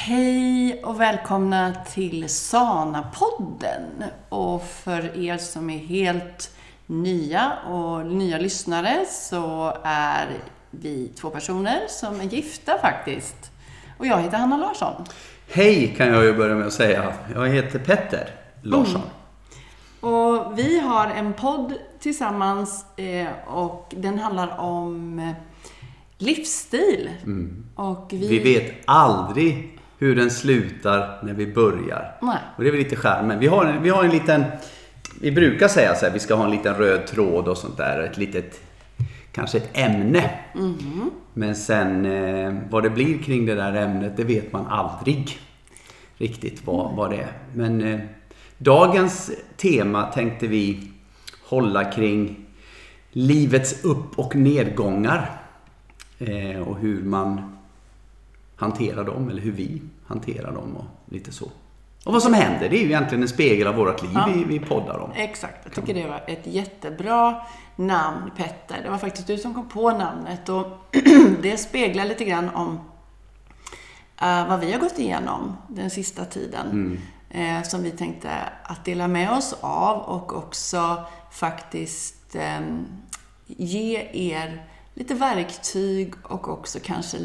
Hej och välkomna till Sana-podden. Och för er som är helt nya och nya lyssnare så är vi 2 personer som är gifta faktiskt. Och jag heter Hanna Larsson. Hej kan jag ju börja med att säga. Jag heter Petter Larsson. Och vi har en podd tillsammans och den handlar om livsstil. Och Vi vet aldrig hur den slutar när vi börjar. Nej. Och det är väl lite skärmen. Vi har en liten, vi brukar säga så här, vi ska ha en liten röd tråd och sånt där. Ett litet, kanske ett ämne. Men sen vad det blir kring det där ämnet, det vet man aldrig riktigt vad det är. Men dagens tema tänkte vi hålla kring livets upp- och nedgångar. Och hur man hanterar dem, eller hur vi hanterar dem och lite så. Och vad som händer, det är ju egentligen en spegel av vårt liv vi poddar om. Exakt, jag tycker det var ett jättebra namn, Petter. Det var faktiskt du som kom på namnet och det speglar lite grann om vad vi har gått igenom den sista tiden. Som vi tänkte att dela med oss av och också faktiskt ge er lite verktyg och också kanske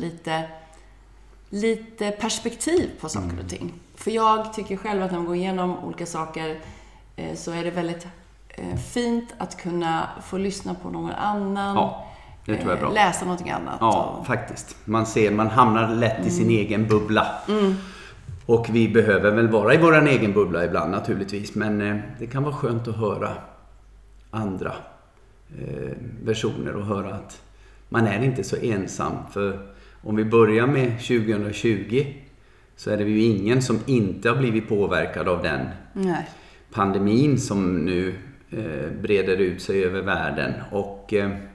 lite perspektiv på saker och ting. För jag tycker själv att när man går igenom olika saker så är det väldigt fint att kunna få lyssna på någon annan. Ja, det tror jag är bra. Läsa någonting annat. Ja, faktiskt. Man hamnar lätt i sin egen bubbla. Och vi behöver väl vara i vår egen bubbla ibland naturligtvis. Men det kan vara skönt att höra andra versioner och höra att man är inte så ensam. För om vi börjar med 2020 så är det ju ingen som inte har blivit påverkad av den pandemin som nu breder ut sig över världen. Och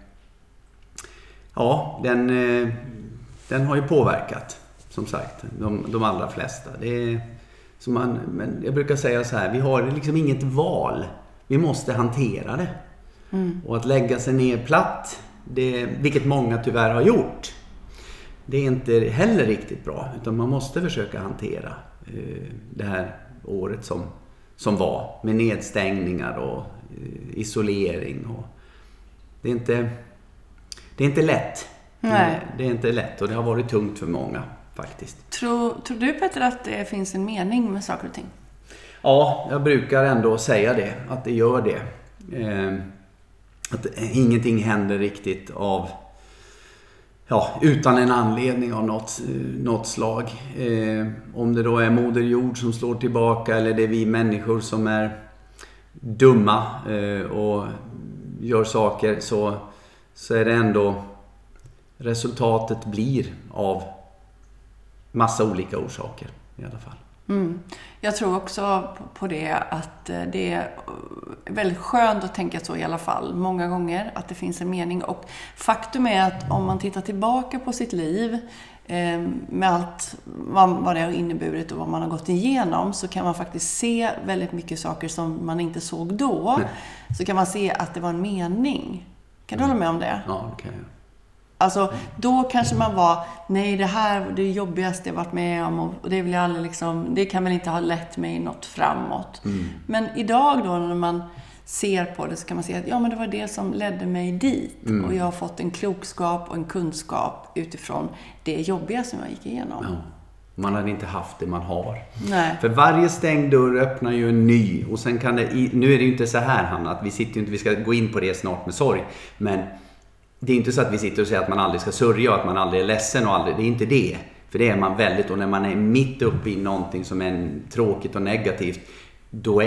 ja, den har ju påverkat, som sagt, de allra flesta. Men jag brukar säga så här, vi har liksom inget val. Vi måste hantera det. Och att lägga sig ner platt, vilket många tyvärr har gjort, det är inte heller riktigt bra. Utan man måste försöka hantera det här året som var. Med nedstängningar och isolering. Och det är inte lätt. Nej. Det är inte lätt och det har varit tungt för många faktiskt. Tror du, Petter, att det finns en mening med saker och ting? Ja, jag brukar ändå säga det. Att det gör det. Att ingenting händer riktigt utan en anledning av något slag. Om det då är Moder Jord som slår tillbaka eller det är vi människor som är dumma och gör saker, så är det ändå resultatet blir av massa olika orsaker i alla fall. Jag tror också på det, att det är väldigt skönt att tänka så i alla fall. Många gånger att det finns en mening. Och faktum är att om man tittar tillbaka på sitt liv med allt vad det har inneburit och vad man har gått igenom, så kan man faktiskt se väldigt mycket saker som man inte såg då. Så kan man se att det var en mening. Kan du hålla med om det? Ja, det kan jag. Alltså, då kanske man var, nej, det här var det jobbigaste jag varit med om och det vill jag aldrig det kan väl inte ha lett mig något framåt. Men idag då när man ser på det så kan man se att men det var det som ledde mig dit. Och jag har fått en klokskap och en kunskap utifrån det jobbiga som jag gick igenom. Ja. Man hade inte haft det man har. Nej. För varje stängd dörr öppnar ju en ny. Och sen kan nu är det ju inte så här, Hanna, att vi ska gå in på det snart med sorg. Men det är inte så att vi sitter och säger att man aldrig ska sörja och att man aldrig är ledsen och aldrig. Det är inte det. För det är man väldigt. Och när man är mitt uppe i någonting som är tråkigt och negativt, då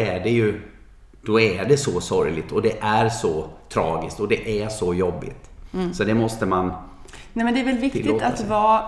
är det så sorgligt och det är så tragiskt och det är så jobbigt. Så det måste man. Nej, men det är väl viktigt att vara.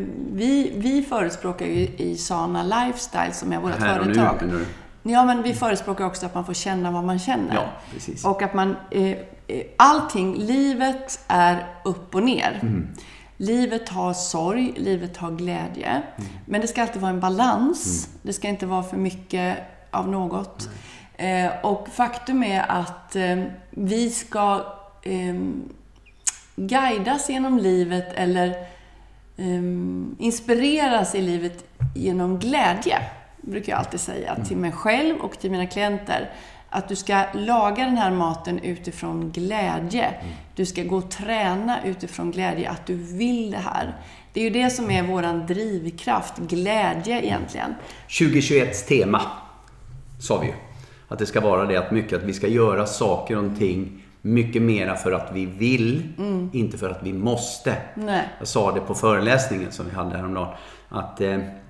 Vi förespråkar ju i Sana Lifestyle, som är vårt företag. Ja, men vi förespråkar också att man får känna vad man känner. Ja, precis. Och att man allting, livet är upp och ner. Livet har sorg, livet har glädje. Men det ska alltid vara en balans. Det ska inte vara för mycket av något. Och faktum är att vi ska guidas genom livet eller inspireras i livet genom glädje, brukar jag alltid säga till mig själv och till mina klienter. Att du ska laga den här maten utifrån glädje. Du ska gå och träna utifrån glädje, att du vill det här. Det är ju det som är våran drivkraft, glädje egentligen. 2021s tema, sa vi ju. Att det ska vara det att vi ska göra saker och ting mycket mera för att vi vill, inte för att vi måste. Nej. Jag sa det på föreläsningen som vi hade häromdagen, att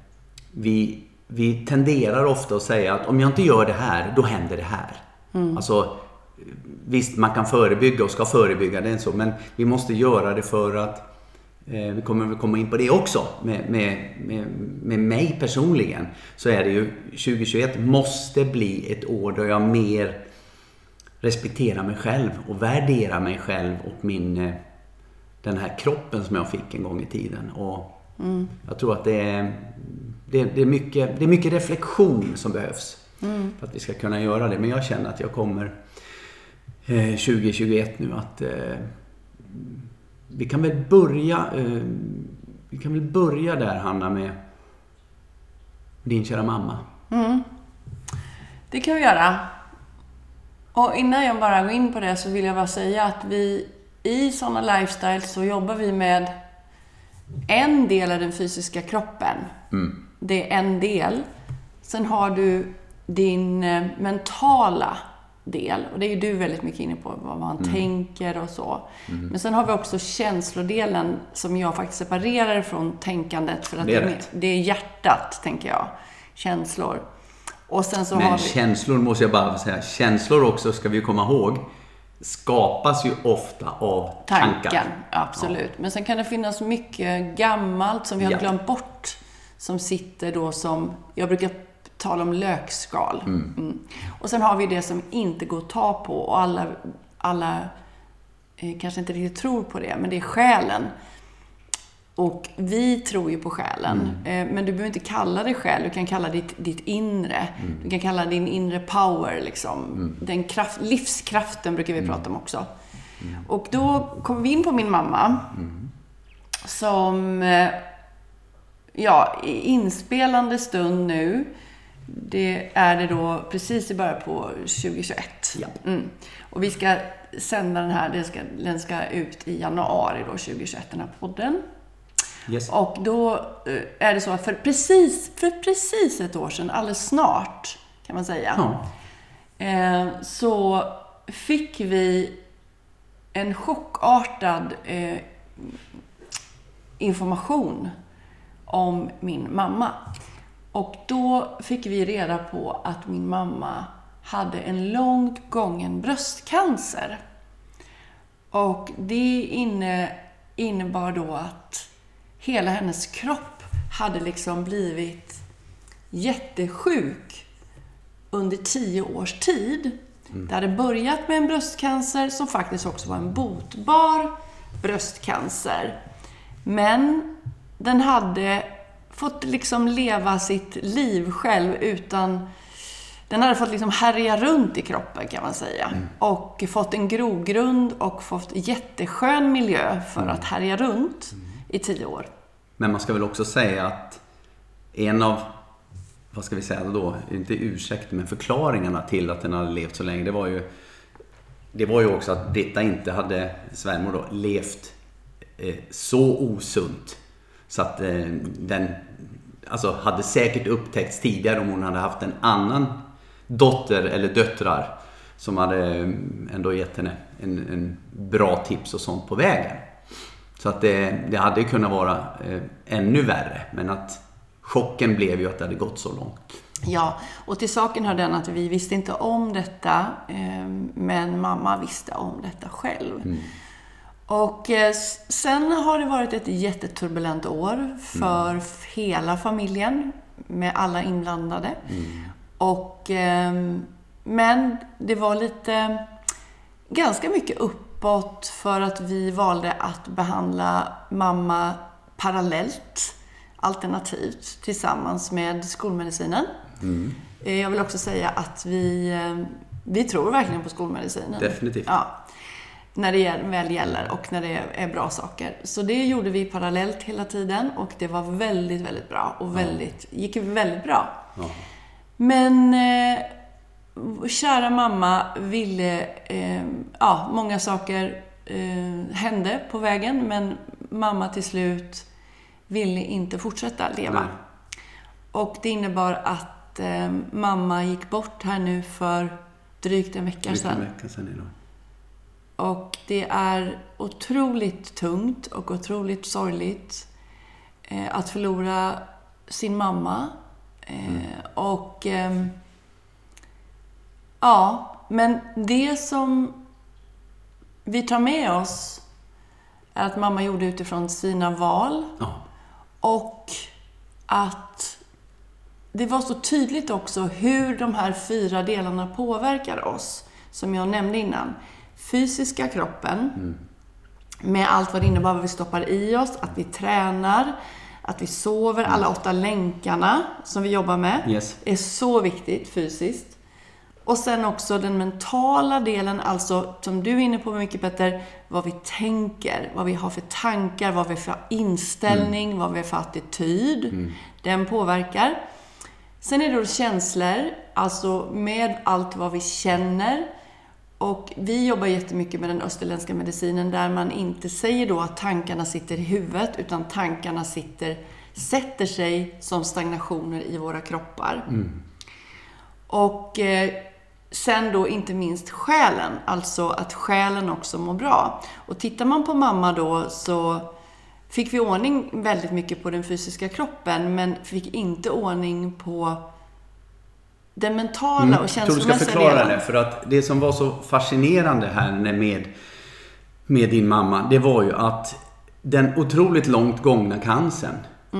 vi tenderar ofta att säga att om jag inte gör det här, då händer det här. Alltså, visst, man kan förebygga och ska förebygga det, så, men vi måste göra det för att vi kommer väl komma in på det också med mig personligen, så är det ju 2021 måste bli ett år då jag mer respekterar mig själv och värderar mig själv och den här kroppen som jag fick en gång i tiden. Och jag tror att det är mycket reflektion som behövs för att vi ska kunna göra det. Men jag känner att jag kommer 2021 nu att vi kan väl börja där, Hanna, med din kära mamma. Det kan vi göra. Och innan jag bara går in på det så vill jag bara säga att vi i sådana lifestyles så jobbar vi med en del av den fysiska kroppen. Det är en del. Sen har du din mentala del. Och det är ju du väldigt mycket inne på, vad man tänker och så. Men sen har vi också känslodelen som jag faktiskt separerar från tänkandet. För att det är hjärtat, tänker jag. Känslor. Och sen så har vi... känslor måste jag bara säga. Känslor också, ska vi komma ihåg, skapas ju ofta av tankar. Absolut. Ja. Men sen kan det finnas mycket gammalt som vi har glömt bort. Som sitter då som... Jag brukar tala om lökskal. Och sen har vi det som inte går att ta på. Och alla kanske inte riktigt tror på det. Men det är själen. Och vi tror ju på själen. Men du behöver inte kalla det själ. Du kan kalla ditt inre. Du kan kalla din inre power. Liksom. Den livskraften brukar vi prata om också. Och då kommer vi in på min mamma. Som i inspelande stund nu. Det är det då precis i början på 2021. Och vi ska sända den här. Den ska ut i januari då 2021, den här podden. Yes. Och då är det så att för precis ett år sedan, alldeles snart kan man säga, så fick vi en chockartad information om min mamma. Och då fick vi reda på att min mamma hade en långt gången bröstcancer. Och det innebar då att hela hennes kropp hade liksom blivit jättesjuk under 10 års tid. Det hade börjat med en bröstcancer som faktiskt också var en botbar bröstcancer. Men den hade fått liksom leva sitt liv själv utan... Den hade fått liksom härja runt i kroppen, kan man säga. Och fått en grogrund och fått jätteskön miljö för att härja runt i 10 år. Men man ska väl också säga att en av, vad ska vi säga då, inte ursäkt men förklaringarna till att den hade levt så länge, det var ju också att detta inte hade svärmor då levt så osunt så att den alltså hade säkert upptäckts tidigare om hon hade haft en annan dotter eller döttrar som hade ändå gett henne en bra tips och sånt på vägen. Så att det hade kunnat vara ännu värre, men att chocken blev ju att det hade gått så långt. Ja, och till saken hör den att vi visste inte om detta, men mamma visste om detta själv. Och sen har det varit ett jätteturbulent år för hela familjen med alla inblandade. Och, men det var ganska mycket uppåt för att vi valde att behandla mamma parallellt, alternativt, tillsammans med skolmedicinen. Jag vill också säga att vi tror verkligen på skolmedicinen. Definitivt. Ja. när det väl gäller och när det är bra saker. Så det gjorde vi parallellt hela tiden och det var väldigt, väldigt bra och gick väldigt bra. Ja. Men kära mamma ville, många saker hände på vägen, men mamma till slut ville inte fortsätta leva. Nej. Och det innebar att mamma gick bort här nu för drygt en vecka sedan. Idag. Och det är otroligt tungt och otroligt sorgligt att förlora sin mamma. Och men det som vi tar med oss är att mamma gjorde utifrån sina val. Och att det var så tydligt också hur de här 4 delarna påverkar oss. Som jag nämnde innan. Fysiska kroppen, med allt vad det innebär, vad vi stoppar i oss, att vi tränar, att vi sover, alla 8 länkarna som vi jobbar med, är så viktigt fysiskt. Och sen också den mentala delen, alltså som du är inne på mycket Petter, vad vi tänker, vad vi har för tankar, vad vi har för inställning, vad vi har för attityd, den påverkar. Sen är det då känslor, alltså med allt vad vi känner. Och vi jobbar jättemycket med den österländska medicinen där man inte säger då att tankarna sitter i huvudet, utan tankarna sätter sig som stagnationer i våra kroppar. Och sen då inte minst själen, alltså att själen också mår bra. Och tittar man på mamma då så fick vi ordning väldigt mycket på den fysiska kroppen, men fick inte ordning på den mentala och känslomässiga delen. Jag tror du ska förklara det, för att det som var så fascinerande här med din mamma, det var ju att den otroligt långt gångna cancern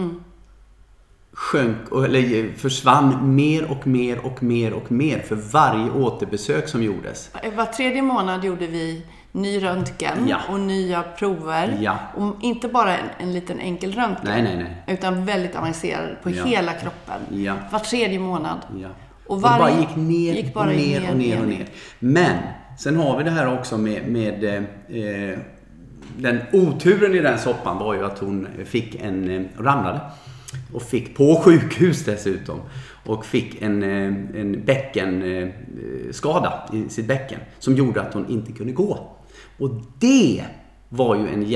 försvann mer och mer och mer och mer för varje återbesök som gjordes. Var 3:e månad gjorde vi ny röntgen och nya prover. Ja. Och inte bara en liten enkel röntgen. Nej. Utan väldigt avancerad på hela kroppen. Ja. Var 3:e månad. Ja. Och det bara gick ner. Men sen har vi det här också med den oturen i den soppan var ju att hon fick ramlade och fick på sjukhus dessutom och fick en bäckenskada i sitt bäcken som gjorde att hon inte kunde gå. Och det var ju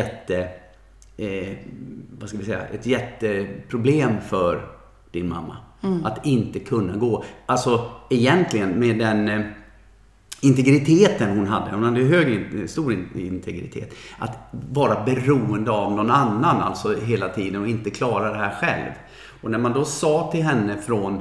ett jätteproblem för din mamma. Att inte kunna gå. Alltså egentligen med den integriteten hon hade stor integritet. Att vara beroende av någon annan alltså hela tiden och inte klara det här själv. Och när man då sa till henne från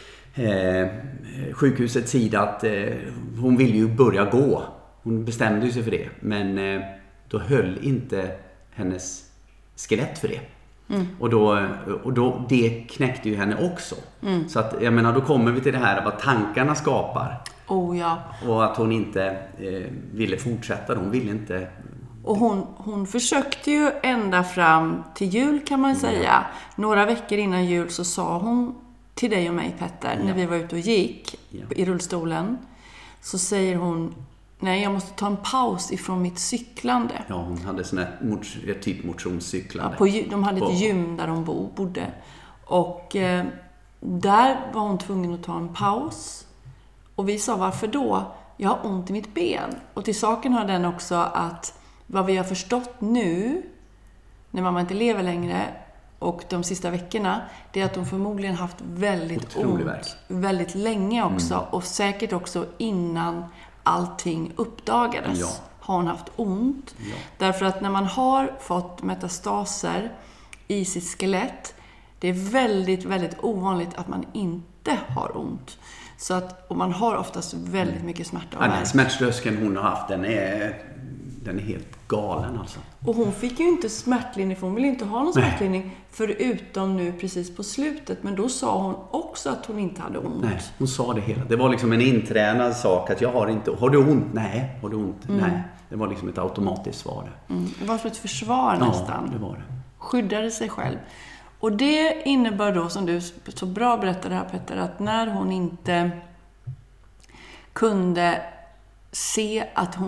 sjukhusets sida att hon ville ju börja gå. Hon bestämde sig för det. Men då höll inte hennes skelett för det. Och då det knäckte ju henne också. Så att jag menar, då kommer vi till det här vad tankarna skapar. Och att hon inte ville fortsätta. Hon ville inte. Och hon försökte ju ända fram till jul kan man säga. Några veckor innan jul så sa hon till dig och mig Petter, när vi var ute och gick i rullstolen, så säger hon: nej, jag måste ta en paus ifrån mitt cyklande. Ja, hon hade sån här typ motionscyklande. De hade ett gym där de bodde. Och där var hon tvungen att ta en paus. Och vi sa, varför då? Jag har ont i mitt ben. Och till saken har den också att vad vi har förstått nu, när mamma inte lever längre, och de sista veckorna, det är att hon förmodligen haft väldigt ont väldigt länge också. Och säkert också innan allting uppdagades har hon haft ont. Därför att när man har fått metastaser i sitt skelett, det är väldigt, väldigt ovanligt att man inte har ont. Så att, och man har oftast väldigt mycket smärta. Den smärttröskeln hon har haft, den är helt galen alltså. Och hon fick ju inte smärtlindring, för hon ville inte ha någon smärtlindring förutom nu precis på slutet. Men då sa hon också att hon inte hade ont. Nej, hon sa det hela. Det var liksom en intränad sak att jag har inte. Har du ont? Nej. Har du ont? Nej. Det var liksom ett automatiskt svar. Det var som ett försvar nästan. Ja, det var det. Skyddade sig själv. Och det innebär då, som du så bra berättade här Petter, att när hon inte kunde se att hon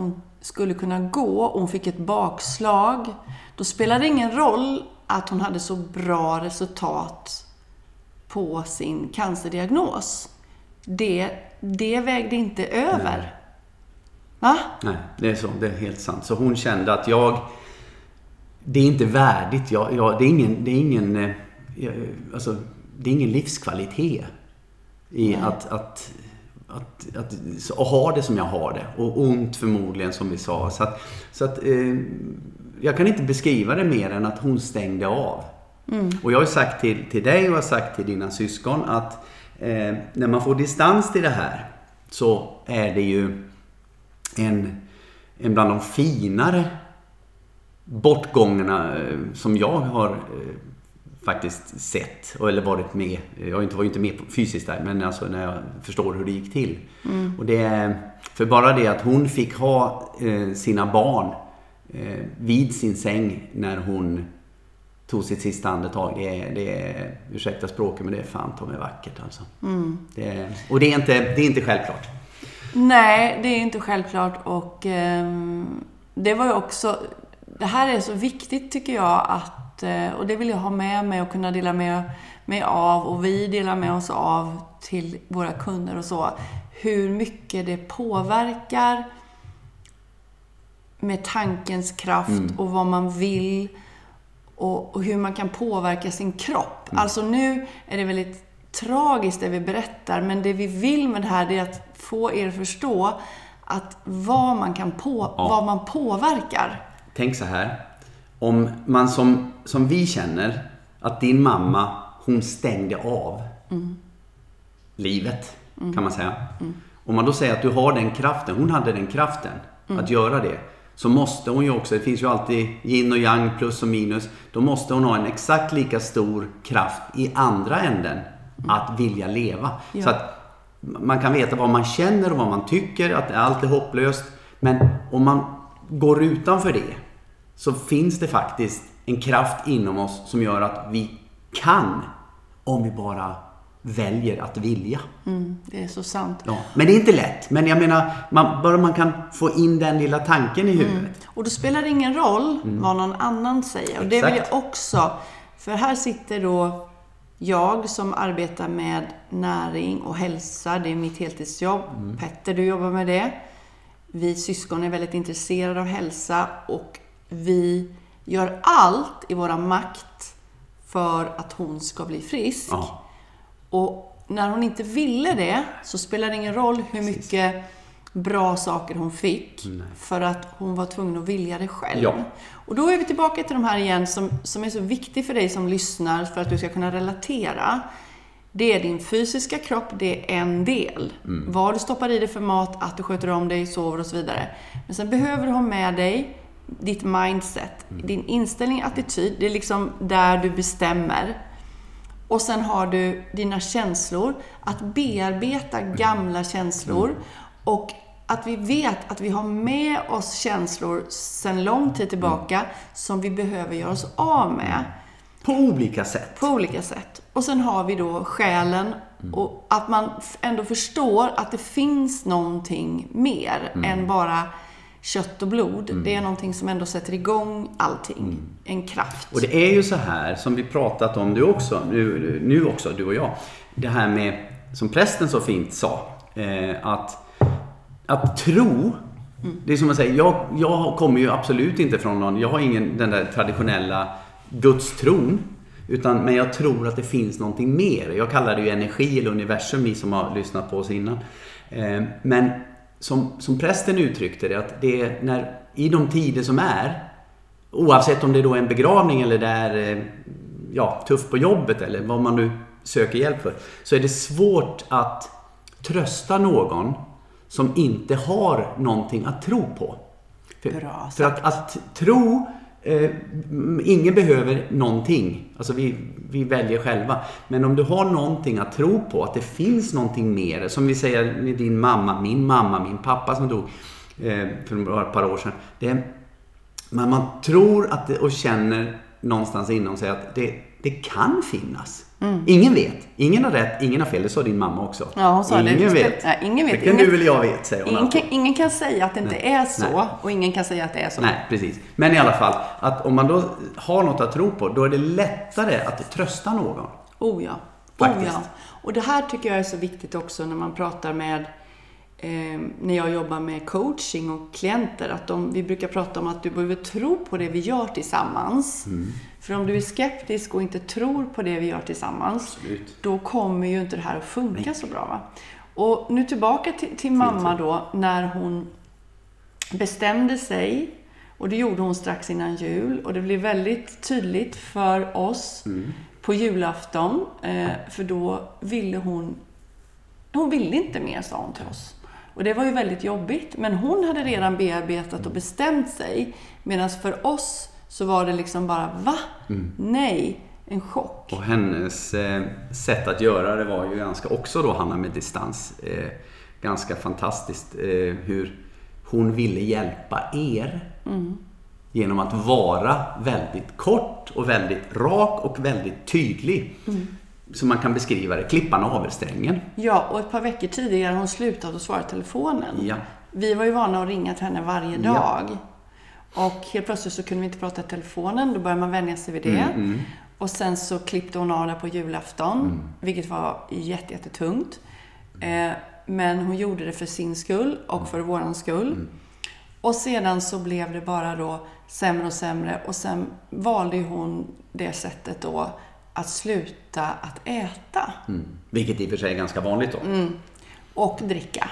skulle kunna gå och hon fick ett bakslag, då spelar det ingen roll att hon hade så bra resultat på sin cancerdiagnos. Det vägde inte över. Nej. Va? Nej, det är så. Det är helt sant. Så hon kände att det är inte värdigt. Det är ingen livskvalitet i att ha det som jag har det. Och ont förmodligen, som vi sa. Så att jag kan inte beskriva det mer än att hon stängde av. Och jag har sagt till dig och jag har sagt till dina syskon att när man får distans till det här så är det ju en bland de finare bortgångarna som jag har faktiskt sett eller varit med. Jag var ju inte med fysiskt där, men alltså när jag förstår hur det gick till. Och det är för bara det att hon fick ha sina barn vid sin säng när hon tog sitt sista andetag. Det är ursäkta språket, men det är fan ta mig vackert alltså. Och det är inte självklart. Nej, det är inte självklart, och det var ju också, det här är så viktigt tycker jag att, och det vill jag ha med mig och kunna dela med mig av, och vi delar med oss av till våra kunder och så, hur mycket det påverkar med tankens kraft och vad man vill och hur man kan påverka sin kropp. Alltså nu är det väldigt tragiskt det vi berättar, men det vi vill med det här är att få er förstå att vad man påverkar. Tänk så här, om man som vi känner att din mamma, hon stängde av livet, kan man säga. Om man då säger att du har den kraften, hon hade den kraften att göra det, så måste hon ju också, det finns ju alltid yin och yang, plus och minus, då måste hon ha en exakt lika stor kraft i andra änden att vilja leva. Ja. Så att man kan veta vad man känner och vad man tycker, att allt är hopplöst. Men om man går utanför det så finns det faktiskt en kraft inom oss som gör att vi kan, om vi bara väljer att vilja. Det är så sant. Ja, men det är inte lätt. Men jag menar, bara man kan få in den lilla tanken i huvudet. Och då spelar det ingen roll vad någon annan säger. Och det vill jag också. För här sitter då jag som arbetar med näring och hälsa. Det är mitt heltidsjobb. Petter, du jobbar med det. Vi syskon är väldigt intresserade av hälsa. Och vi gör allt i våra makt för att hon ska bli frisk. Ja. Och när hon inte ville det så spelar det ingen roll hur mycket bra saker hon fick. Nej. För att hon var tvungen att vilja det själv. Ja. Och då är vi tillbaka till de här igen som är så viktigt för dig som lyssnar för att du ska kunna relatera. Det är din fysiska kropp, det är en del. Vad du stoppar i dig för mat, att du sköter om dig, sover och så vidare. Men sen behöver du ha med dig ditt mindset, din inställning, attityd. Det är liksom där du bestämmer. Och sen har du dina känslor, att bearbeta gamla känslor och att vi vet att vi har med oss känslor sedan lång tid tillbaka som vi behöver göra oss av med. På olika sätt. På olika sätt. Och sen har vi då själen och att man ändå förstår att det finns någonting mer än bara kött och blod. Det är någonting som ändå sätter igång allting. En kraft. Och det är ju så här som vi pratat om nu också, du och jag. Det här med, som prästen så fint sa, att tro. Det är som att säga, jag kommer ju absolut inte från någon, jag har ingen den där traditionella gudstron. Men jag tror att det finns någonting mer. Jag kallar det ju energi eller universum, ni som har lyssnat på oss innan. Men som prästen uttryckte det, att det är när, i de tider som är, oavsett om det är då en begravning eller det är tufft på jobbet eller vad man nu söker hjälp för, så är det svårt att trösta någon som inte har någonting att tro på. För att tro, ingen behöver någonting. Alltså vi väljer själva. Men om du har någonting att tro på, att det finns någonting mer, som vi säger med din mamma, min pappa som dog för ett par år sedan. Man tror att det, och känner någonstans inom sig att det kan finnas. Ingen vet. Ingen har rätt, ingen har fel. Det sa din mamma också. Ja, hon sa ingen vet. Nej, ingen vet. Det kan du eller jag vet, säger hon. Ingen kan säga att det inte är så. Och ingen kan säga att det är så. Nej, precis. Men i alla fall, att om man då har något att tro på, då är det lättare att trösta någon. Oh ja. Faktiskt. Oh ja. Och det här tycker jag är så viktigt också när man pratar med när jag jobbar med coaching och klienter, att vi brukar prata om att du behöver tro på det vi gör tillsammans. För om du är skeptisk och inte tror på det vi gör tillsammans, då kommer ju inte det här att funka så bra. Va? Och nu tillbaka till mamma då, när hon bestämde sig, och det gjorde hon strax innan jul, och det blev väldigt tydligt för oss på julafton, för då ville hon ville inte mer, sa hon till oss. Och det var ju väldigt jobbigt. Men hon hade redan bearbetat och bestämt sig. Medan för oss så var det liksom bara, va? Nej, en chock. Och hennes sätt att göra det var ju ganska, också då Hanna med distans, ganska fantastiskt. Hur hon ville hjälpa er. Genom att vara väldigt kort och väldigt rak och väldigt tydlig. Så man kan beskriva det, klippa navelsträngen. Ja, och ett par veckor tidigare hon slutade att svara telefonen. Ja. Vi var ju vana att ringa till henne varje dag. Och helt plötsligt så kunde vi inte prata i telefonen. Då började man vänja sig vid det. Och sen så klippte hon av det på julafton. Vilket var jättetungt. Men hon gjorde det för sin skull och för våran skull. Och sedan så blev det bara då sämre och sämre. Och sen valde hon det sättet då att sluta att äta. Vilket i och för sig är ganska vanligt då. Och dricka.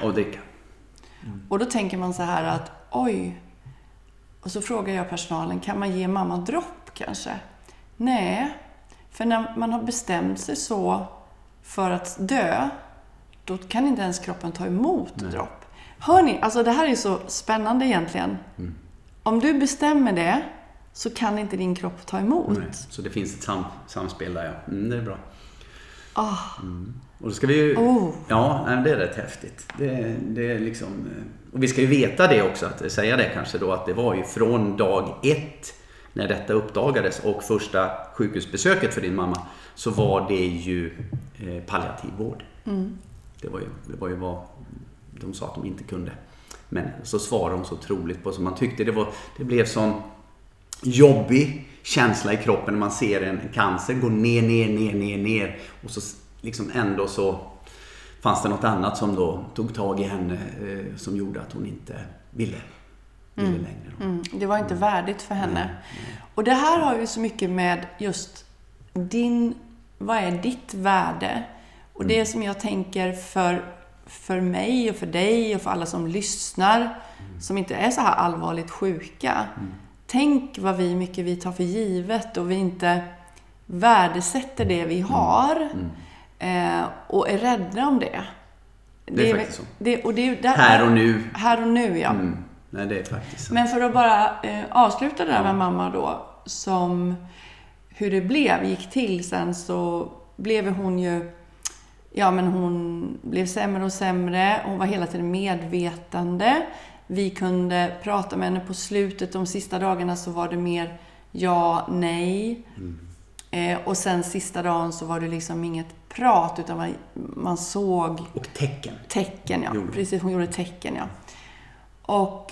Och då tänker man så här att oj. Och så frågar jag personalen, kan man ge mamma dropp kanske? Nej. För när man har bestämt sig så för att dö, då kan inte ens kroppen ta emot dropp. Hörrni, alltså det här är så spännande egentligen. Om du bestämmer det, så kan inte din kropp ta emot. Nej, så det finns ett samspel där, ja. Det är bra. Och då ska vi ju... Ja, det är rätt häftigt. Det är liksom... Och vi ska ju veta det också, att säga det kanske då, att det var ju från dag 1 när detta uppdagades och första sjukhusbesöket för din mamma, så var det ju palliativ vård. Det var ju vad de sa att de inte kunde. Men så svarade de så otroligt på, så man tyckte det blev sån jobbig känsla i kroppen när man ser en cancer gå ner och så liksom ändå så fanns det något annat som då tog tag i henne, som gjorde att hon inte ville längre. Det var inte värdigt för henne. Och det här har ju så mycket med just vad är ditt värde? Och det som jag tänker för mig och för dig och för alla som lyssnar, som inte är så här allvarligt sjuka. Tänk vad mycket vi tar för givet och vi inte värdesätter det vi har och är rädda om det. Det är faktiskt så. Här och nu, ja. Nej, det är faktiskt så. Men för att bara avsluta det där med mamma då, som hur det gick till sen, så blev hon ju, men hon blev sämre och sämre. Hon var hela tiden medvetande. Vi kunde prata med henne på slutet. De sista dagarna så var det mer ja, nej. Och sen sista dagen så var det liksom inget prat, utan man såg... Och tecken. Tecken, ja. Precis, hon gjorde tecken, ja. Och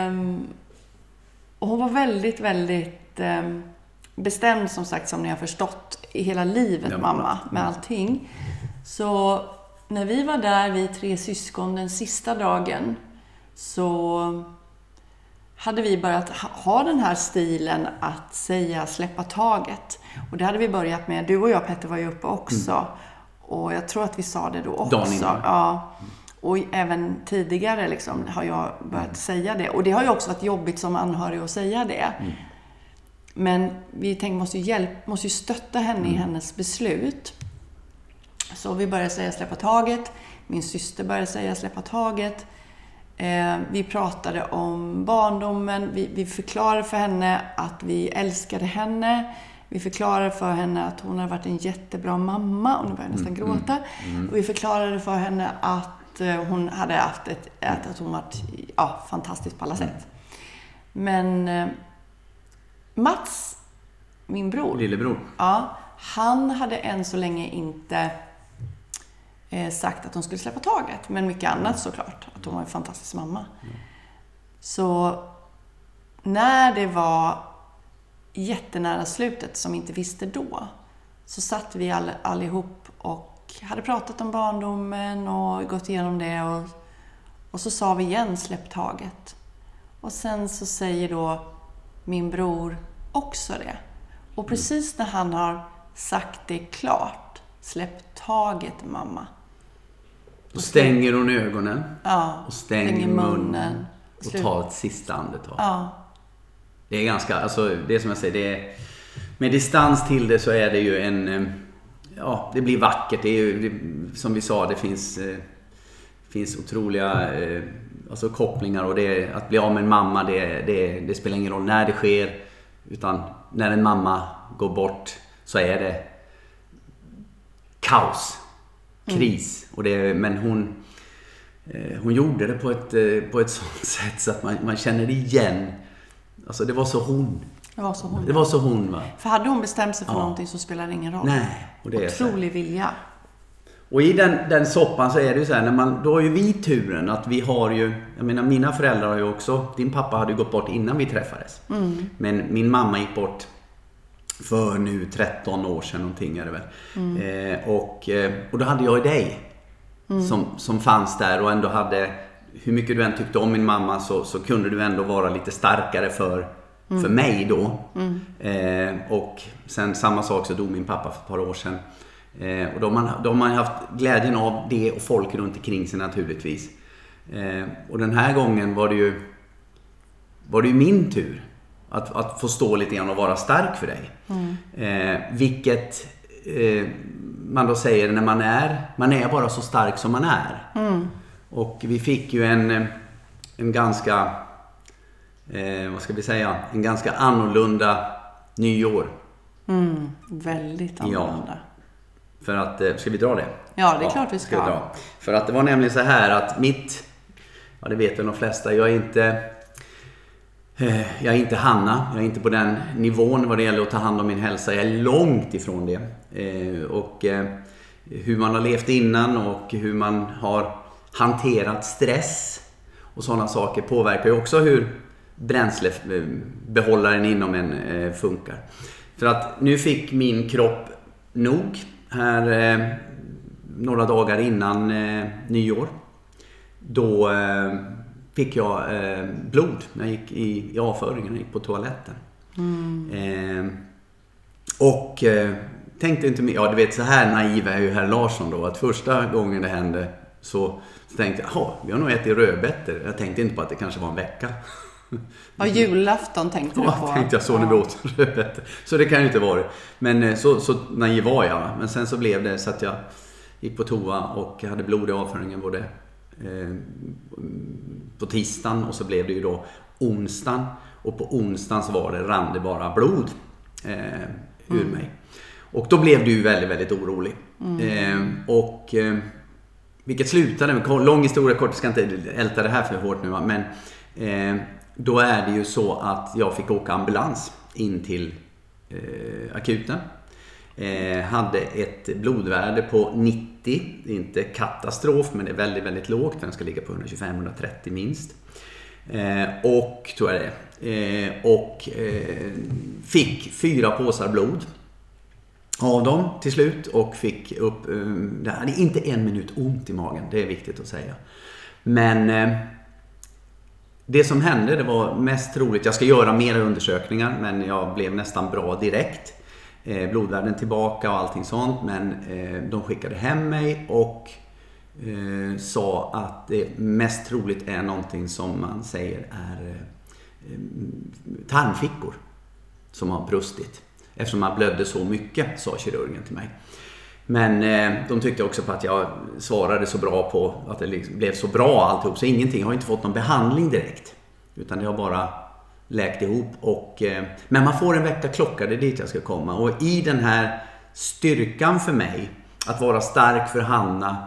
hon var väldigt, väldigt bestämd, som sagt, som ni har förstått i hela livet, mamma, med allting. Så när vi var där, vi 3 syskon, den sista dagen, så hade vi börjat ha den här stilen att säga släppa taget. Och det hade vi börjat med. Du och jag, Petter, var ju uppe också. Och jag tror att vi sa det då också. Ja. Och även tidigare liksom, har jag börjat säga det. Och det har ju också varit jobbigt som anhörig att säga det. Men vi tänkte måste ju stötta henne i hennes beslut. Så vi började säga släppa taget. Min syster började säga släppa taget. Vi pratade om barndomen. Vi förklarade för henne att vi älskade henne. Vi förklarade för henne att hon har varit en jättebra mamma. Och nu börjar jag nästan gråta. Och vi förklarade för henne att hon hade haft att hon varit fantastisk på alla sätt. Men Mats, min bror. Lillebror. Ja, Han hade än så länge inte sagt att hon skulle släppa taget. Men mycket annat såklart. Att hon var en fantastisk mamma. Så när det var jättenära slutet som vi inte visste då. Så satt vi allihop och hade pratat om barndomen och gått igenom det. Och så sa vi igen släpp taget. Och sen så säger då min bror också det. Och precis när han har sagt det klart. Släpp taget mamma. Då stänger hon ögonen. Ja, och stänger munnen. Och Slut. tar ett sista andetag. Ja. Det är ganska, alltså det som jag säger, det är, med distans till det så är det ju det blir vackert. Det är ju, som vi sa, det finns otroliga alltså kopplingar, och det är, att bli av med en mamma, det spelar ingen roll när det sker, utan när en mamma går bort så är det kaos, kris. Och men hon gjorde det på ett sånt sätt så att man känner igen. Alltså det var så hon. Det var så hon, va? För hade hon bestämt sig för någonting så spelar det ingen roll. Nej, och det är otrolig vilja. Och i den soppan så är det ju så här, då har ju vi turen att vi har ju, jag menar mina föräldrar har ju också, din pappa hade ju gått bort innan vi träffades. Men min mamma gick bort för nu 13 år sedan någonting är det väl. Och då hade jag ju dig som fanns där och ändå hade, hur mycket du än tyckte om min mamma så kunde du ändå vara lite starkare för mig då. Och sen samma sak så dog min pappa för ett par år sedan. Och då har man haft glädjen av det och folk runt omkring sig naturligtvis. Och den här gången var det ju min tur att få stå lite grann och vara stark för dig. Vilket man då säger när man är bara så stark som man är. Och vi fick ju en ganska vad ska vi säga, en ganska annorlunda nyår. Väldigt annorlunda. Ja. För att, ska vi dra det? Ja, det är klart vi ska. Dra. För att det var nämligen så här att det vet väl de flesta, jag är inte Hanna, jag är inte på den nivån vad det gäller att ta hand om min hälsa, jag är långt ifrån det. Och hur man har levt innan och hur man har hanterat stress och sådana saker påverkar ju också hur bränslebehållaren inom en funkar. För att nu fick min kropp nog här några dagar innan nyår. Då fick jag blod när jag gick i avföringen, jag gick på toaletten. Och tänkte inte mer, du vet så här naiv är ju herr Larsson då, att första gången det hände så tänkte jag, vi har nog ätit rödbetor. Jag tänkte inte på att det kanske var en vecka. Ja, julafton tänkte du på. Ja, tänkte jag så när vi åt rödbetor. Så det kan ju inte vara. Men så naiv var jag. Men sen så blev det så att jag gick på toa och hade blod i avföringen både på tisdagen och så blev det ju då onsdagen. Och på onsdagen så rann det bara blod ur mig. Och då blev du väldigt, väldigt orolig. Vilket slutade med, lång historia kort, jag ska inte älta det här för hårt nu, men då är det ju så att jag fick åka ambulans in till akuten. Hade ett blodvärde på 90, inte katastrof men det är väldigt, väldigt lågt, den ska ligga på 125-130 minst. Och tror jag det. Och fick 4 påsar blod av dem till slut och fick upp, det hade inte 1 minut ont i magen, det är viktigt att säga. Men det som hände, det var mest troligt, jag ska göra mera undersökningar men jag blev nästan bra direkt. Blodvärden tillbaka och allting sånt, men de skickade hem mig och sa att det mest troligt är någonting som man säger är tarmfickor som har brustit. Eftersom man blödde så mycket, sa kirurgen till mig. Men de tyckte också på att jag svarade så bra på att det liksom blev så bra alltihop. Så ingenting, jag har inte fått någon behandling direkt. Utan det har bara läkt ihop. Men man får en väckarklocka, det är dit jag ska komma. Och i den här styrkan för mig, att vara stark för Hanna.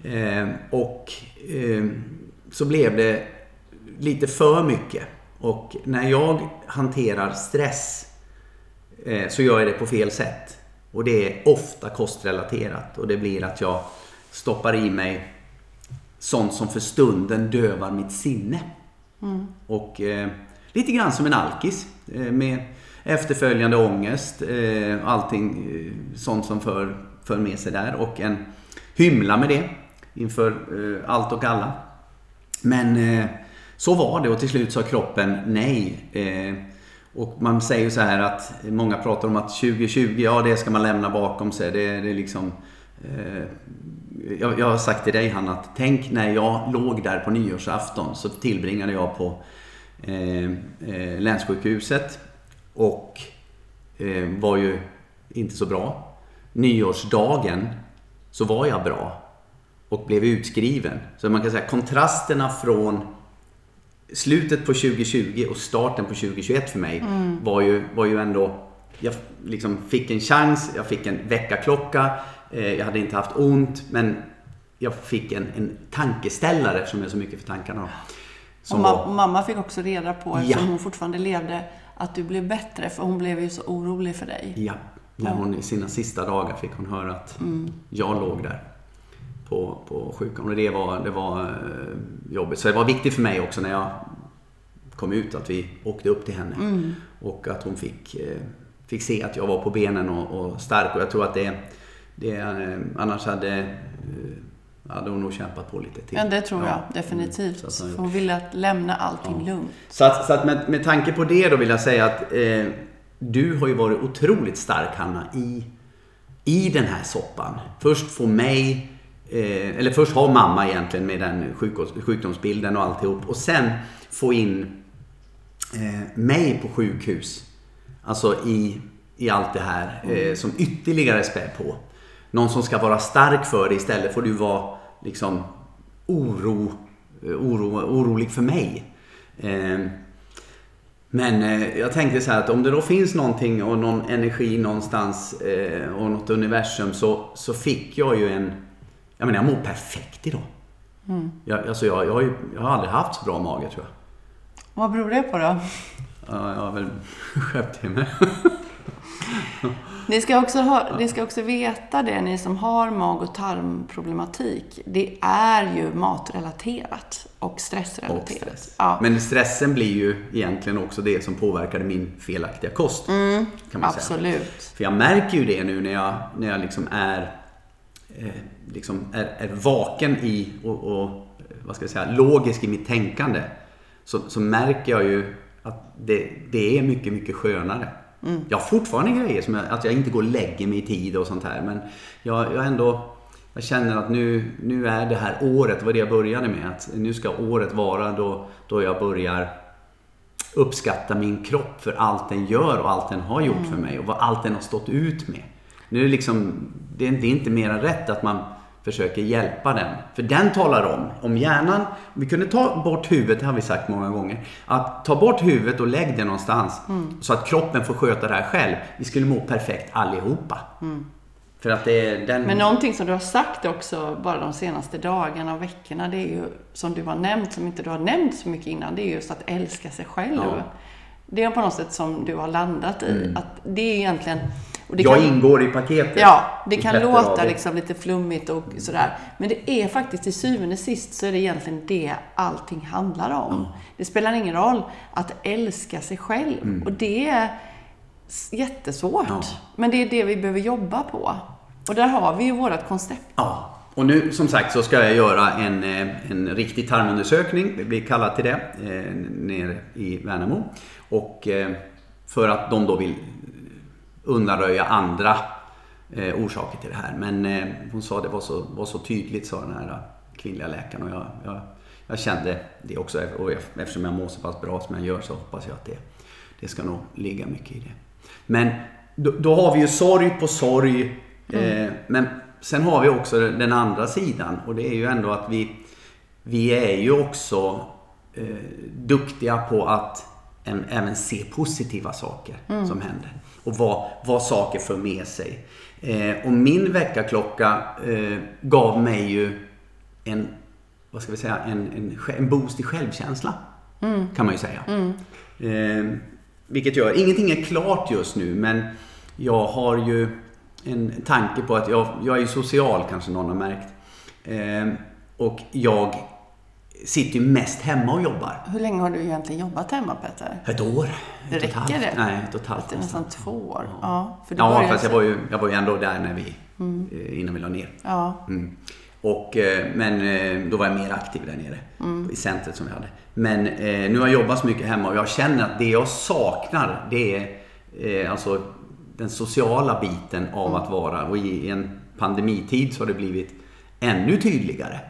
Så blev det lite för mycket. Och när jag hanterar stress så gör jag det på fel sätt. Och det är ofta kostrelaterat. Och det blir att jag stoppar i mig sånt som för stunden dövar mitt sinne. Och lite grann som en alkis. Med efterföljande ångest. Allting sånt som för med sig där. Och en hymla med det. Inför allt och alla. Men så var det, och till slut sa kroppen nej. Och man säger ju så här att många pratar om att 2020, ja, det ska man lämna bakom sig. Det är liksom... Jag har sagt till dig, Hanna, att tänk när jag låg där på nyårsafton, så tillbringade jag på länssjukhuset och var ju inte så bra. Nyårsdagen så var jag bra och blev utskriven. Så man kan säga kontrasterna från slutet på 2020 och starten på 2021 för mig var ju ändå, jag liksom fick en chans, jag fick en väckarklocka, jag hade inte haft ont, men jag fick en tankeställare som är så mycket för tankarna. Och mamma fick också reda på, eftersom hon fortfarande levde, att du blev bättre, för hon blev ju så orolig för dig. Ja, när hon i sina sista dagar fick hon höra att jag låg där på sjukan, och det var jobbigt. Så det var viktigt för mig också när jag kom ut att vi åkte upp till henne och att hon fick se att jag var på benen och stark, och jag tror att det annars hade hon nog kämpat på lite till. Ja, det tror jag definitivt. Så hon ville att lämna allting lugnt. Så att med tanke på det då vill jag säga att du har ju varit otroligt stark, Hanna, i den här soppan. Först få mig, eller först ha mamma egentligen med den sjukdomsbilden och alltihop, och sen få in mig på sjukhus, alltså i allt det här som ytterligare spär på. Någon som ska vara stark för dig, istället får du vara liksom orolig för mig. Men jag tänkte så här, att om det då finns någonting och någon energi någonstans och något universum, så fick jag ju jag mår perfekt idag. Jag har aldrig haft så bra mage, tror jag. Vad beror det på då? Ja, jag har väl skärpt till mig. Ni ska också veta det, ni som har mag- och tarmproblematik. Det är ju matrelaterat och stressrelaterat. Stress. Ja. Men stressen blir ju egentligen också det som påverkade min felaktiga kost. Kan man absolut. Säga. För jag märker ju det nu när jag liksom är vaken i och vad ska jag säga, logisk i mitt tänkande. Så märker jag ju att det är mycket, mycket skönare. Jag har fortfarande grejer som att jag inte går och lägger mig i tid och sånt här, men jag känner att nu är det här året, vad det jag började med, att nu ska året vara då jag börjar uppskatta min kropp för allt den gör och allt den har gjort för mig och vad allt den har stått ut med. Nu är det är inte mer än rätt att man försöker hjälpa den. För den talar om hjärnan. Vi kunde ta bort huvudet, har vi sagt många gånger. Att ta bort huvudet och lägg det någonstans. Så att kroppen får sköta det här själv. Vi skulle må perfekt allihopa. För att det är den... Men någonting som du har sagt också bara de senaste dagarna och veckorna, det är ju som du har nämnt, som inte du har nämnt så mycket innan, det är just att älska sig själv. Ja. Det är på något sätt som du har landat i. Att det är egentligen... Jag ingår i paketet. Ja, det kan låta liksom lite flummigt och sådär. Men det är faktiskt till syvende och sist så är det egentligen det allting handlar om. Det spelar ingen roll att älska sig själv. Och det är jättesvårt. Men det är det vi behöver jobba på. Och där har vi ju vårat koncept. Ja. Och nu som sagt så ska jag göra en riktig tarmundersökning. Det blir kallat till det nere i Värnamo. Och för att de då vill undanröja andra orsaker till det här. Men hon sa det var så tydligt, sa den här kvinnliga läkaren. Och jag kände det också. Och eftersom jag mår så pass bra som jag gör, så hoppas jag att det ska nog ligga mycket i det. Men då har vi ju sorg på sorg. Men sen har vi också den andra sidan. Och det är ju ändå att vi är ju också duktiga på att även se positiva saker som händer. Och vad saker för med sig. Och min väckarklocka gav mig ju en boost i självkänsla. Kan man ju säga. Vilket gör, ingenting är klart just nu, men jag har ju en tanke på att jag är ju social, kanske någon har märkt. Och jag sitter ju mest hemma och jobbar. Hur länge har du egentligen jobbat hemma, Peter? Ett år. Det räcker det? Nej, ett och ett halvt. Det är nästan 2 år. Ja, fast jag var ju ändå där när innan vi la ner. Ja. Och, men då var jag mer aktiv där nere i centret som vi hade. Men nu har jag jobbat så mycket hemma och jag känner att det jag saknar, det är alltså den sociala biten av att vara. Och i en pandemitid så har det blivit ännu tydligare.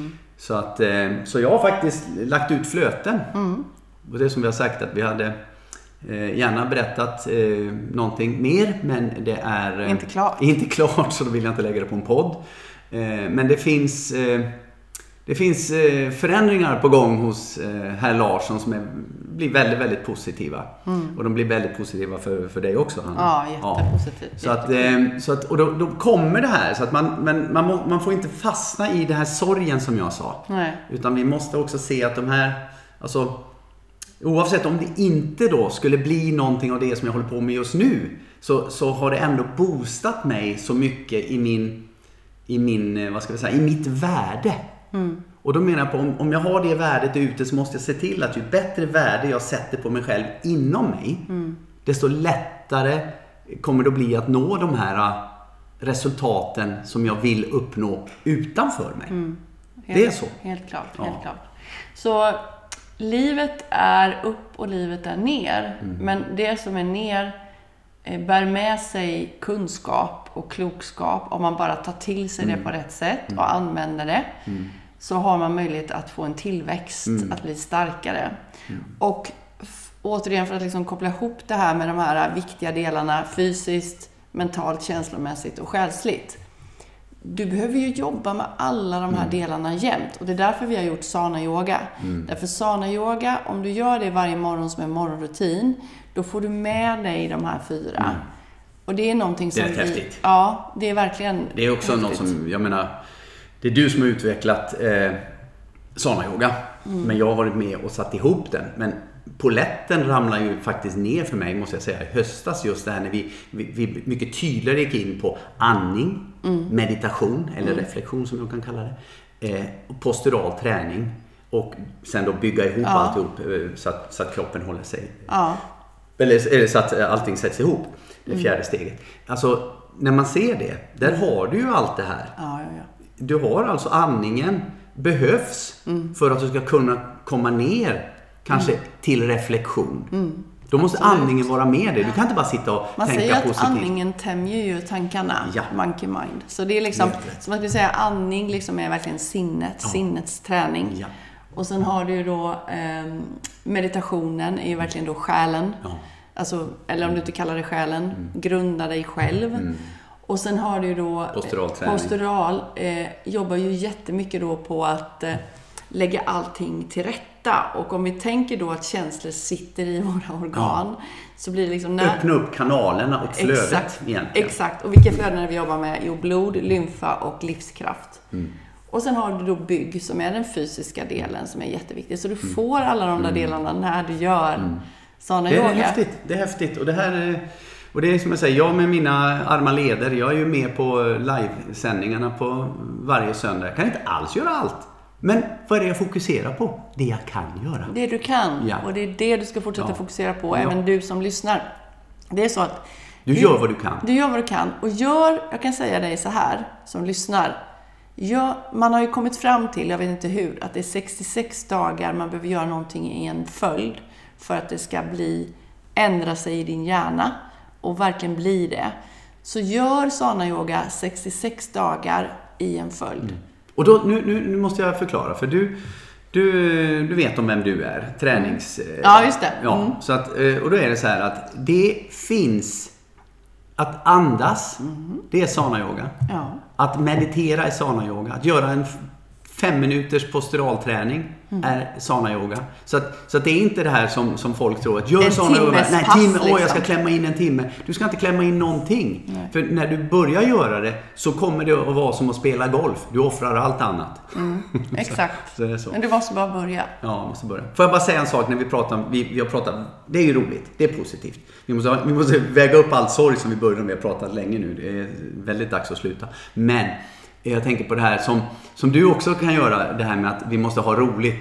Så jag har faktiskt lagt ut flöten. Och det är som vi har sagt, att vi hade gärna berättat någonting mer, men det är inte klart, så då vill jag inte lägga det på en podd. Men det finns förändringar på gång hos herr Larsson som blir väldigt, väldigt positiva. Och de blir väldigt positiva för dig också. Ja, jättepositivt. Så att och då kommer det här, så att man får inte fastna i det här sorgen som jag sa. Nej. Utan vi måste också se att de här, alltså oavsett om det inte då skulle bli någonting av det som jag håller på med just nu, så har det ändå boostat mig så mycket i min vad ska vi säga, i mitt värde. Och då menar jag på, om jag har det värdet ute, så måste jag se till att ju bättre värde jag sätter på mig själv inom mig, desto lättare kommer det att bli att nå de här resultaten som jag vill uppnå utanför mig. Det är så. Helt klart. Så livet är upp och livet är ner. Men det som är ner bär med sig kunskap och klokskap. Om man bara tar till sig det på rätt sätt och använder det, så har man möjlighet att få en tillväxt, att bli starkare. Och återigen, för att liksom koppla ihop det här med de här viktiga delarna, fysiskt, mentalt, känslomässigt och själsligt. Du behöver ju jobba med alla de här delarna jämt. Och det är därför vi har gjort Sana-yoga. Därför Sana-yoga, om du gör det varje morgon som en morgonrutin, då får du med dig de här 4. Och det är någonting som det är häftigt. Ja, det är verkligen det är också häftigt. något som, jag menar, det är du som har utvecklat Sana-yoga. Men jag har varit med och satt ihop den. Men poletten ramlar ju faktiskt ner för mig, måste jag säga, i höstas, just det här när vi mycket tydligare gick in på andning, meditation eller reflektion som jag kan kalla det, postural träning, och sen då bygga ihop alltihop så att kroppen håller sig, eller så att allting sätts ihop, det 4:e steget. Alltså när man ser det, där har du ju allt det här. Du har alltså andningen behövs för att du ska kunna komma ner kanske till reflektion. Då måste andningen vara med dig. Du kan inte bara sitta och tänka positivt. Man säger att andningen tämjer ju tankarna, monkey mind. Så det är liksom, som att vi säger, andning liksom är verkligen sinnets träning. Och sen har du då meditationen är ju verkligen då själen. Alltså, eller om du inte kallar det själen, grunda dig själv. Och sen har du då postural jobbar ju jättemycket då på att lägga allting till rätta. Och om vi tänker då att känslor sitter i våra organ, så blir det liksom öppna upp kanalerna och flödet egentligen. Exakt. Och vilka flöden vi jobbar med? Jo, blod, lymfa och livskraft. Och sen har du då bygg, som är den fysiska delen, som är jätteviktig. Så du får alla de där delarna när du gör Sana-yoga. Det är häftigt. Och det här är... Och det är som jag säger, jag med mina arma leder, jag är ju med på livesändningarna på varje söndag. Jag kan inte alls göra allt. Men vad är det jag fokuserar på? Det jag kan göra. Det du kan. Och det är det du ska fortsätta fokusera på, även du som lyssnar. Det är så att du gör vad du kan. Du gör vad du kan. Och jag kan säga dig så här, som lyssnar. Man har ju kommit fram till, jag vet inte hur, att det är 66 dagar man behöver göra någonting i en följd för att det ska ändra sig i din hjärna. Och verkligen bli det. Så gör Sana-yoga 66 dagar i en följd. Och då, nu måste jag förklara. För du vet om vem du är. Tränings... Ja, just det. Så att, och då är det så här att det finns... Att andas, det är Sana-yoga. Att meditera är Sana-yoga. Att göra en 5 minuters posturalträning är sana-yoga. Så att det är inte det här som folk tror att gör sana-yoga. Nej, jag ska klämma in en timme. Du ska inte klämma in någonting. Nej. För när du börjar göra det så kommer det att vara som att spela golf. Du offrar allt annat. Exakt. så är det så. Men du måste bara börja. Ja, måste börja. Får jag bara säga en sak när vi pratar, vi har pratat, det är ju roligt, det är positivt. Vi måste väga upp all sorg som vi började med, vi har pratat länge nu. Det är väldigt dags att sluta. Men jag tänker på det här som du också kan göra, det här med att vi måste ha roligt.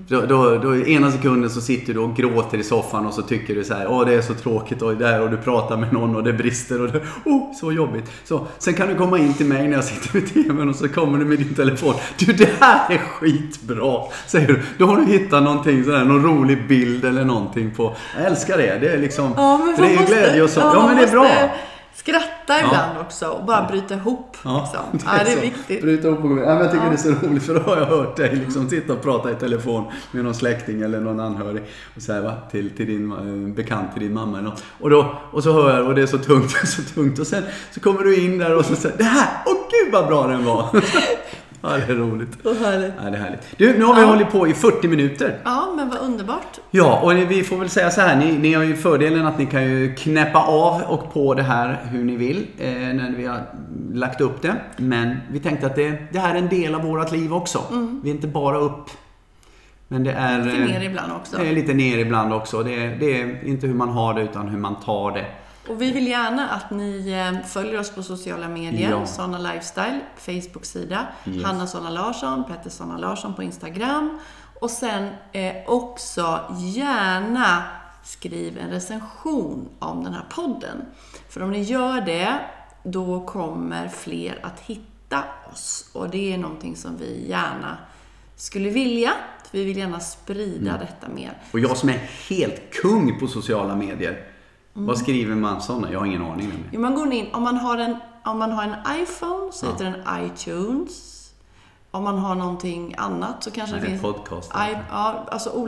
Då ena sekunden så sitter du och gråter i soffan och så tycker du så här, det är så tråkigt och du pratar med någon och det brister och det, så jobbigt. Så sen kan du komma in till mig när jag sitter vid tvn och så kommer du med din telefon. Du, det här är skitbra, säger du. Då har du hittat någonting sådär, någon rolig bild eller någonting på. Jag älskar det. Det är liksom, för det är ju glädje och så. Ja, men det är bra. Skratta ibland också och bara bryta ihop. Liksom. Det är viktigt. Bryta ihop men jag tycker det är så roligt, för då har jag hört dig liksom sitta och prata i telefon med någon släkting eller någon anhörig och så här, till din bekant, till din mamma eller något. Och så hör jag, och det är så tungt och sen så kommer du in där och så säger det här, gud vad bra den var. Ja, det är roligt. Och härligt. Ja, det är härligt. Du, nu har vi hållit på i 40 minuter. Ja, men vad underbart. Ja, och vi får väl säga så här. Ni har ju fördelen att ni kan ju knäppa av och på det här hur ni vill när vi har lagt upp det. Men vi tänkte att det här är en del av vårt liv också. Vi är inte bara upp. Men det är lite ner ibland också. Det är lite ner ibland också. Det är inte hur man har det utan hur man tar det. Och vi vill gärna att ni följer oss på sociala medier. Sana Lifestyle, Facebook-sida. Yes. Hanna Sana Larsson, Petter Sana Larsson på Instagram. Och sen också gärna skriv en recension om den här podden. För om ni gör det, då kommer fler att hitta oss. Och det är någonting som vi gärna skulle vilja. Vi vill gärna sprida detta mer. Och jag som är helt kung på sociala medier. Vad skriver man sådana? Jag har ingen aning. Jo, man går in, om man har en iPhone så heter den iTunes. Om man har någonting annat så kanske det finns podcast. Alltså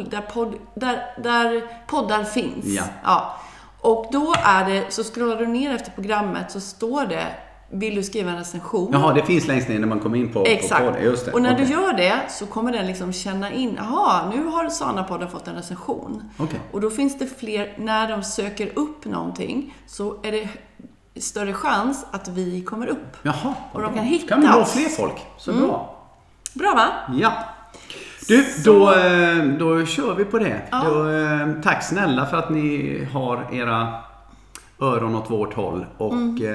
där poddar finns. Ja. Och då så scrollar du ner efter programmet så står det, vill du skriva en recension? Jaha, det finns längst ner när man kommer in på podden. Just det. Och när du gör det så kommer den liksom känna in, nu har Sana-podden fått en recension. Okay. Och då finns det fler, när de söker upp någonting så är det större chans att vi kommer upp. Jaha. Och de kan hitta kan vi nå fler folk. Så bra. Bra, va? Ja. Du, då kör vi på det. Ja. Tack snälla för att ni har era öron åt vårt håll och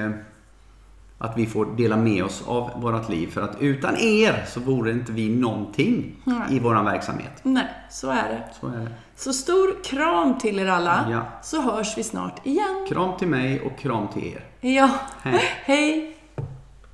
att vi får dela med oss av vårt liv. För att utan er så vore inte vi någonting i vår verksamhet. Nej, så är det. Så stor kram till er alla, så hörs vi snart igen. Kram till mig och kram till er. Ja, hej!